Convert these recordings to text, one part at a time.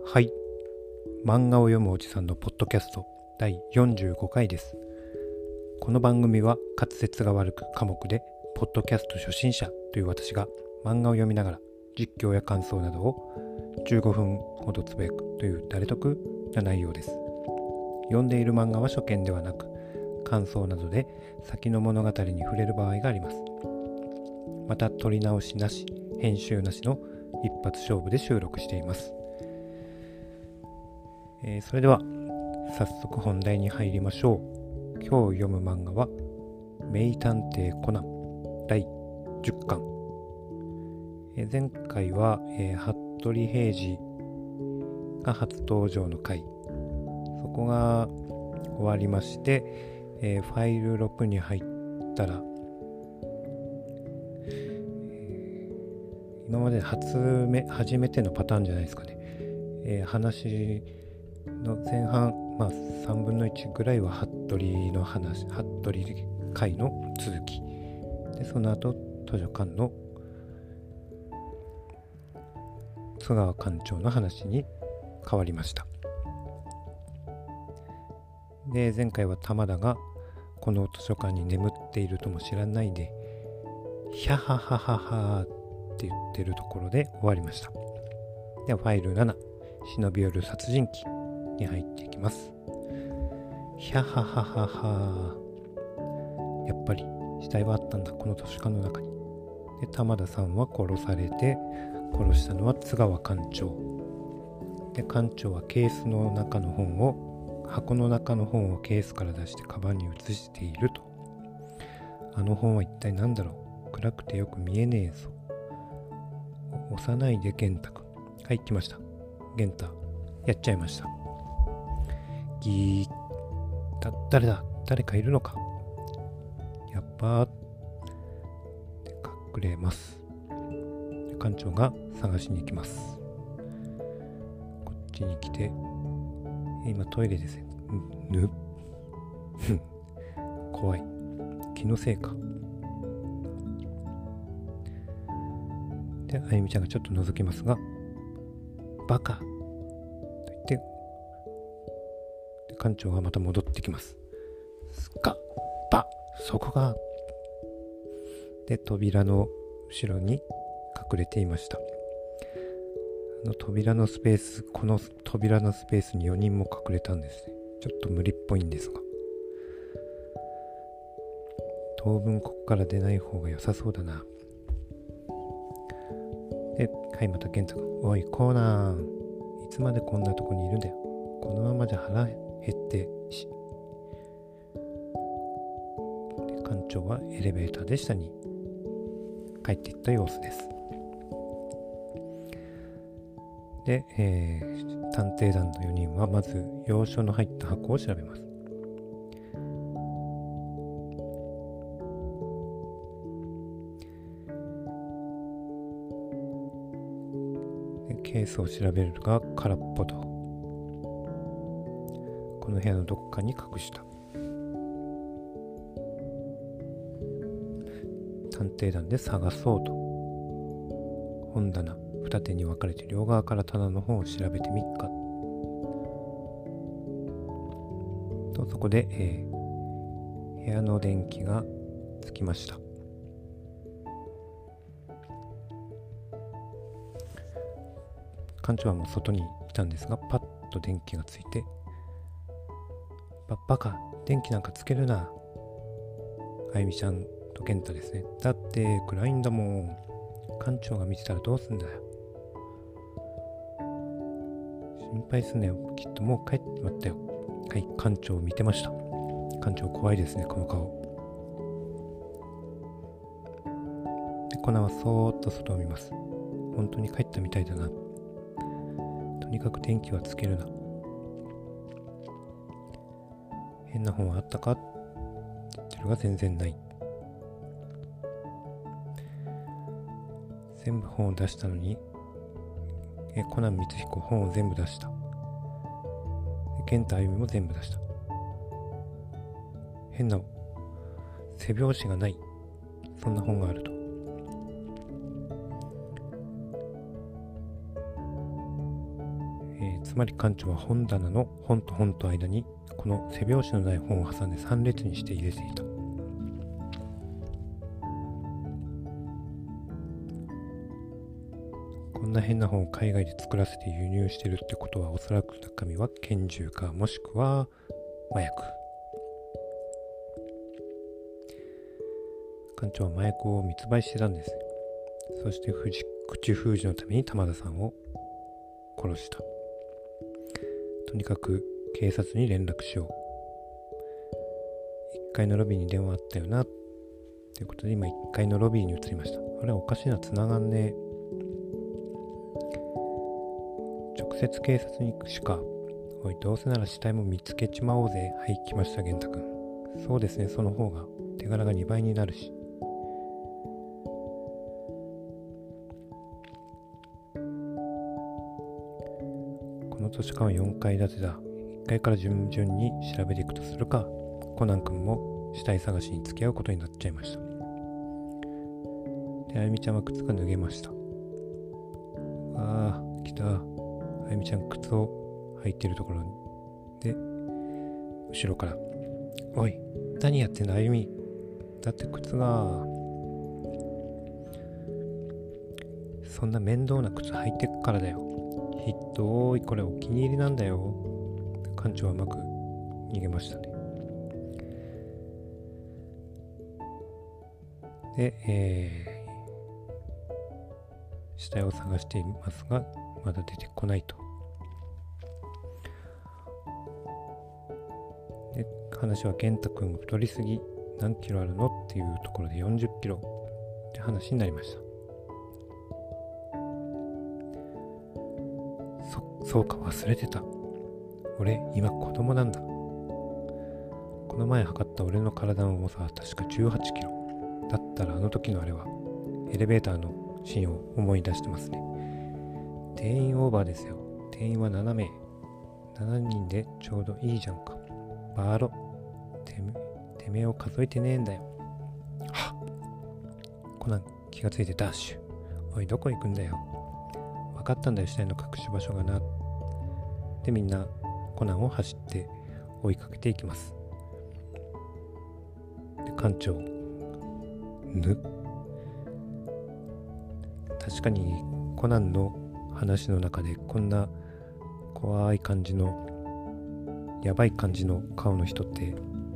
はい、漫画を読むおじさんのポッドキャスト第45回です。この番組は滑舌が悪く寡黙でポッドキャスト初心者という私が漫画を読みながら実況や感想などを15分ほどつぶやくという誰得な内容です。読んでいる漫画は初見ではなく、感想などで先の物語に触れる場合があります。また撮り直しなし、編集なしの一発勝負で収録しています。それでは早速本題に入りましょう。今日読む漫画は名探偵コナン第10巻。前回は、服部平次が初登場の回、そこが終わりまして、ファイル6に入ったら、今まで初めてのパターンじゃないですかね。話の前半、3分の1ぐらいは服部の話、服部回の続きで、その後図書館の津川館長の話に変わりました。で、前回は玉田がこの図書館に眠っているとも知らないでヒャハハハハって言ってるところで終わりました。ではファイル7、忍び寄る殺人鬼に入っていきます。ヒャハハハハ、やっぱり死体はあったんだ、この図書館の中に。で、玉田さんは殺されて、殺したのは津川館長で、館長はケースの中の本を、箱の中の本をケースから出してカバンに移していると。あの本は一体何だろう、暗くてよく見えねえぞ。押さないで玄太くん。はい、来ました。玄太やっちゃいました。ギー、誰だ、誰かいるのか。やっぱって隠れます。館長が探しに行きます。こっちに来て、今トイレですね。怖い。気のせいか。で、あゆみちゃんがちょっと覗きますが、バカと言って、館長がまた戻ってきます。スカッパ、そこが。で、扉の後ろに隠れていました。扉のスペース、この扉のスペースに4人も隠れたんですね。ちょっと無理っぽいんですが、当分ここから出ない方が良さそうだな。で、はい、また健太君、おいコーナー、いつまでこんなとこにいるんだよ。このままじゃ腹減ってし。で、館長はエレベーターで下に帰っていった様子です。で、探偵団の4人はまず洋書の入った箱を調べます。で、ケースを調べるが空っぽと。この部屋のどこかに隠した。探偵団で探そうと。本棚二手に分かれて両側から棚の方を調べてみっかと、そこで、部屋の電気がつきました。館長はもう外にいたんですが、パッと電気がついて、バカ、電気なんかつけるな。あゆみちゃんと健太ですね。だって暗いんだもん。館長が見てたらどうすんだよ。心配すんなよ。きっともう帰ってまったよ。はい、館長を見てました。館長怖いですね、この顔。で、コナンはそーっと外を見ます。本当に帰ったみたいだな。とにかく電気はつけるな。変な本はあったかって言ってるが全然ない。全部本を出したのに、コナン光彦本を全部出した。健太あゆみも全部出した。変な背表紙がない、そんな本があると。 つまり館長は本棚の本と本と間にこの背拍子のない本を挟んで3列にして入れていた。こんな変な本を海外で作らせて輸入してるってことは、おそらく中身は拳銃か、もしくは麻薬。館長は麻薬を密売してたんです。そして口封じのために玉田さんを殺した。とにかく警察に連絡しよう。1階のロビーに電話あったよなということで、今1階のロビーに移りました。あれおかしいな、繋がんねえ。直接警察に行くしか。おい、どうせなら死体も見つけちまおうぜ。はい、来ました玄太くん。そうですね、その方が手柄が2倍になるし。この図書館は4階建てだ。1階から順々に調べていくとするか、コナン君も死体探しに付き合うことになっちゃいました。で、あゆみちゃんは靴が脱げました。ああ、来た。あゆみちゃん靴を履いてるところで、後ろから、おい、何やってんのあゆみ。だって靴が、そんな面倒な靴履いてっからだよ。ひどい、これお気に入りなんだよ。館長はうまく逃げましたね。で、死体を探していますが、まだ出てこないと。で、話は玄太くん太りすぎ、何キロあるのっていうところで40キロって話になりました。そうか、忘れてた。俺、今子供なんだ。この前測った俺の体の重さは確か18キロ。だったらあの時のあれは、エレベーターのシーンを思い出してますね。定員オーバーですよ。定員は7名。7人でちょうどいいじゃんか。バーロ。てめえを数えてねえんだよ。はっ。コナン、気がついてダッシュ。おい、どこ行くんだよ。分かったんだよ、死体の隠し場所がな。で、みんなコナンを走って追いかけていきます。で、館長、確かにコナンの話の中でこんな怖い感じのやばい感じの顔の人って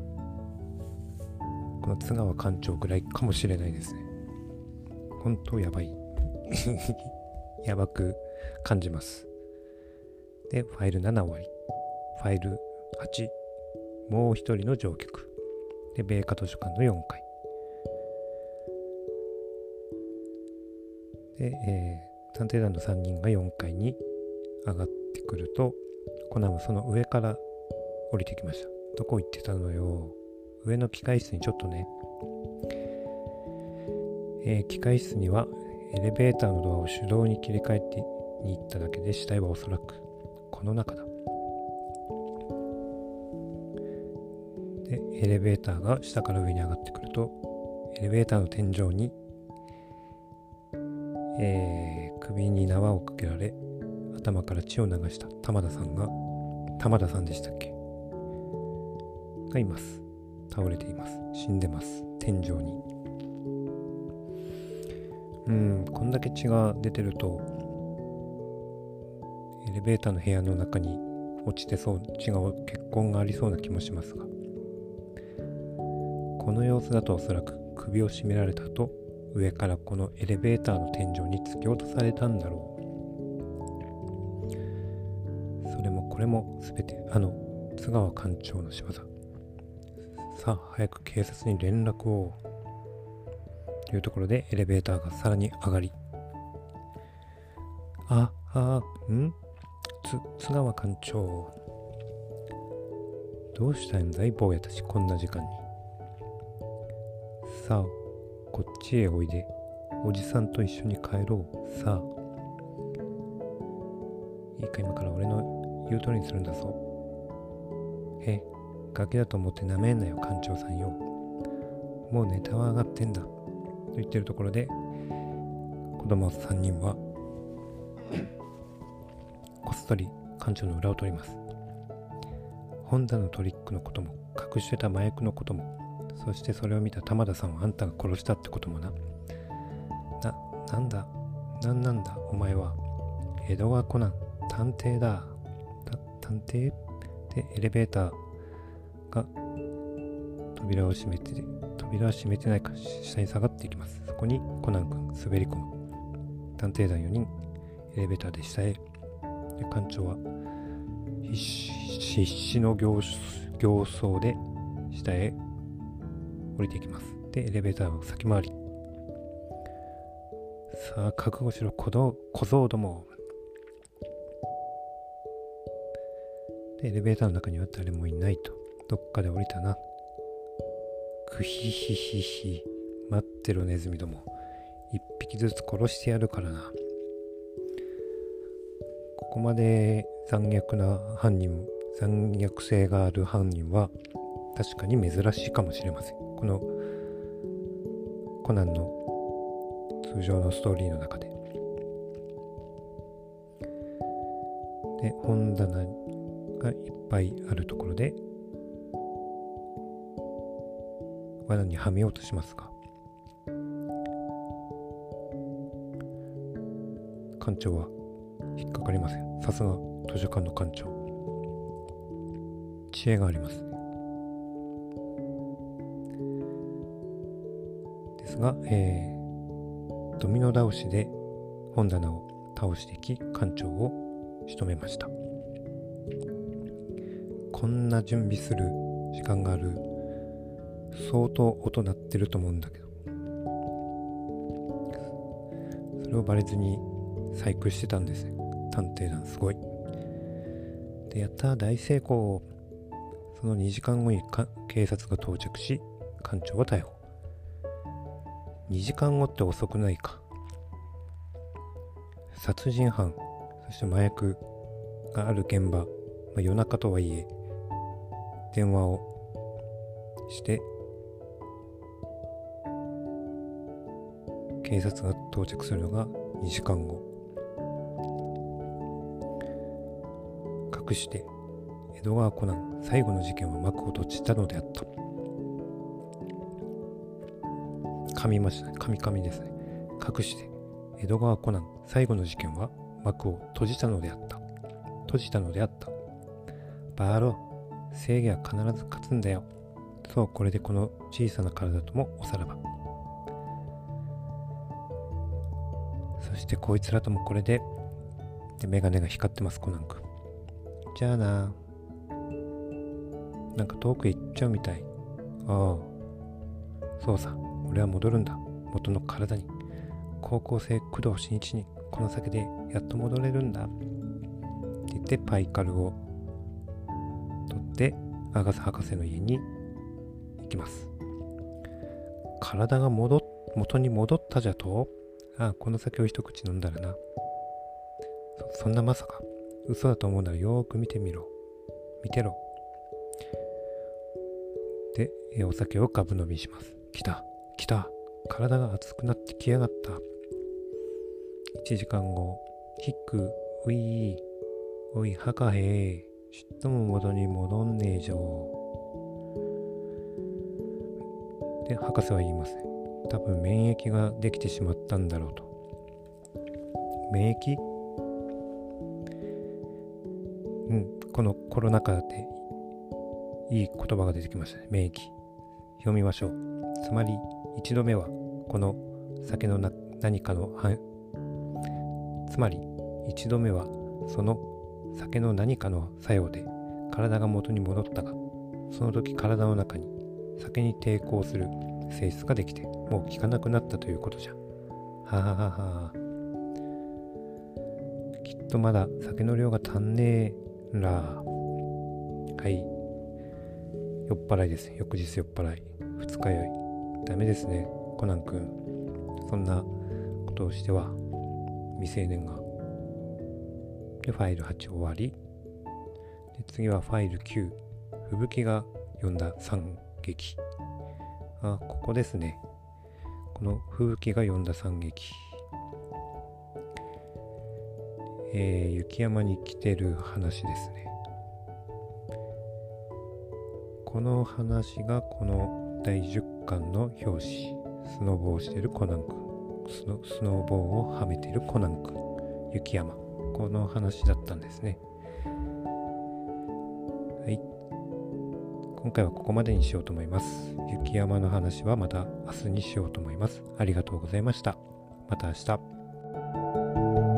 この津川館長ぐらいかもしれないですね。本当やばいやばく感じます。で、ファイル7終わり。ファイル8、もう一人の乗客で、米花図書館の4階で、探偵団の3人が4階に上がってくると、コナンはその上から降りてきました。どこ行ってたのよ。上の機械室にちょっとね。機械室にはエレベーターのドアを手動に切り替えてに行っただけで、死体はおそらくこの中だ。で、エレベーターが下から上に上がってくると、エレベーターの天井に、首に縄をかけられ、頭から血を流した玉田さんでしたっけがいます。倒れています。死んでます。天井に。こんだけ血が出てると、エレベーターの部屋の中に落ちてそう、血痕がありそうな気もしますが、この様子だとおそらく首を絞められた後、上からこのエレベーターの天井に突き落とされたんだろう。それもこれも全て津川館長の仕業。さあ早く警察に連絡をというところで、エレベーターがさらに上がり、津川館長、どうしたんだい坊やたち、こんな時間に。さあこっちへおいで。おじさんと一緒に帰ろう。さあいいか、今から俺の言う通りにするんだぞ。ガキだと思ってなめんなよ、館長さんよ。もうネタは上がってんだと言ってるところで、子供3人はこっそり館長の裏を取ります。本田のトリックのことも、隠してた麻薬のことも、そしてそれを見た玉田さんをあんたが殺したってこともな。なんだお前は。江戸川コナン、探偵だ。探偵で、エレベーターが扉は閉めてないか、下に下がっていきます。そこにコナン君滑り込む。探偵団4人、エレベーターで下へ。で、館長は必死の形相で下へ降りていきます。で、エレベーターを先回り。さあ、覚悟しろ、小僧ども。で、エレベーターの中には誰もいないと。どっかで降りたな。クヒヒヒヒ。待ってろネズミども。一匹ずつ殺してやるからな。ここまで残虐性がある犯人は確かに珍しいかもしれません。このコナンの通常のストーリーの中で。で、本棚がいっぱいあるところで罠にはめようとしますが、館長は引っかかりません。さすが図書館の館長、知恵がありますね。ですが、ドミノ倒しで本棚を倒していき、館長を仕留めました。こんな準備する時間がある、相当音鳴ってると思うんだけど、それをバレずに細工してたんですね。探偵団すごい。で、やったー、大成功。その2時間後に警察が到着し、館長は逮捕。2時間後って遅くないか。殺人犯、そして麻薬がある現場、夜中とはいえ電話をして警察が到着するのが2時間後。隠して江戸川コナン、最後の事件は幕を閉じたのであった。噛みましたね。噛みですね。隠して江戸川コナン、最後の事件は幕を閉じたのであった。バーロー、正義は必ず勝つんだよ。そう、これでこの小さな体ともおさらば。そしてこいつらともこれで、メガネが光ってます、コナン君。じゃあな。なんか遠くへ行っちゃうみたい。ああ、そうさ、俺は戻るんだ、元の体に。高校生工藤新一にこの先でやっと戻れるんだって言って、パイカルを取ってアガサ博士の家に行きます。体が元に戻ったじゃと。ああ、この酒を一口飲んだらな。そんなまさか嘘だと思うならよーく見てろ。で、お酒をガブ飲みします。来た。体が熱くなってきやがった。1時間後、ヒック、おい博士、ちっとも元に戻んねえじょ。で、博士は言いますね。多分免疫ができてしまったんだろうと。免疫？このコロナ禍でいい言葉が出てきましたね。免疫。読みましょう。つまり1度目はこの酒の何かのつまり1度目はその酒の何かの作用で体が元に戻ったが、その時体の中に酒に抵抗する性質ができて、もう効かなくなったということじゃ。はははは。きっとまだ酒の量が足んねえら。はい。酔っ払いです。翌日酔っ払い。二日酔い。ダメですね、コナン君。そんなことをしては未成年が。で、ファイル8終わり。で、次はファイル9。吹雪が読んだ惨劇。ここですね。この吹雪が読んだ惨劇。 雪山に来てる話ですね。この話がこの第10巻の表紙、スノボをしているコナン君、スノボをはめているコナン君、雪山、この話だったんですね。はい、今回はここまでにしようと思います。雪山の話はまた明日にしようと思います。ありがとうございました。また明日。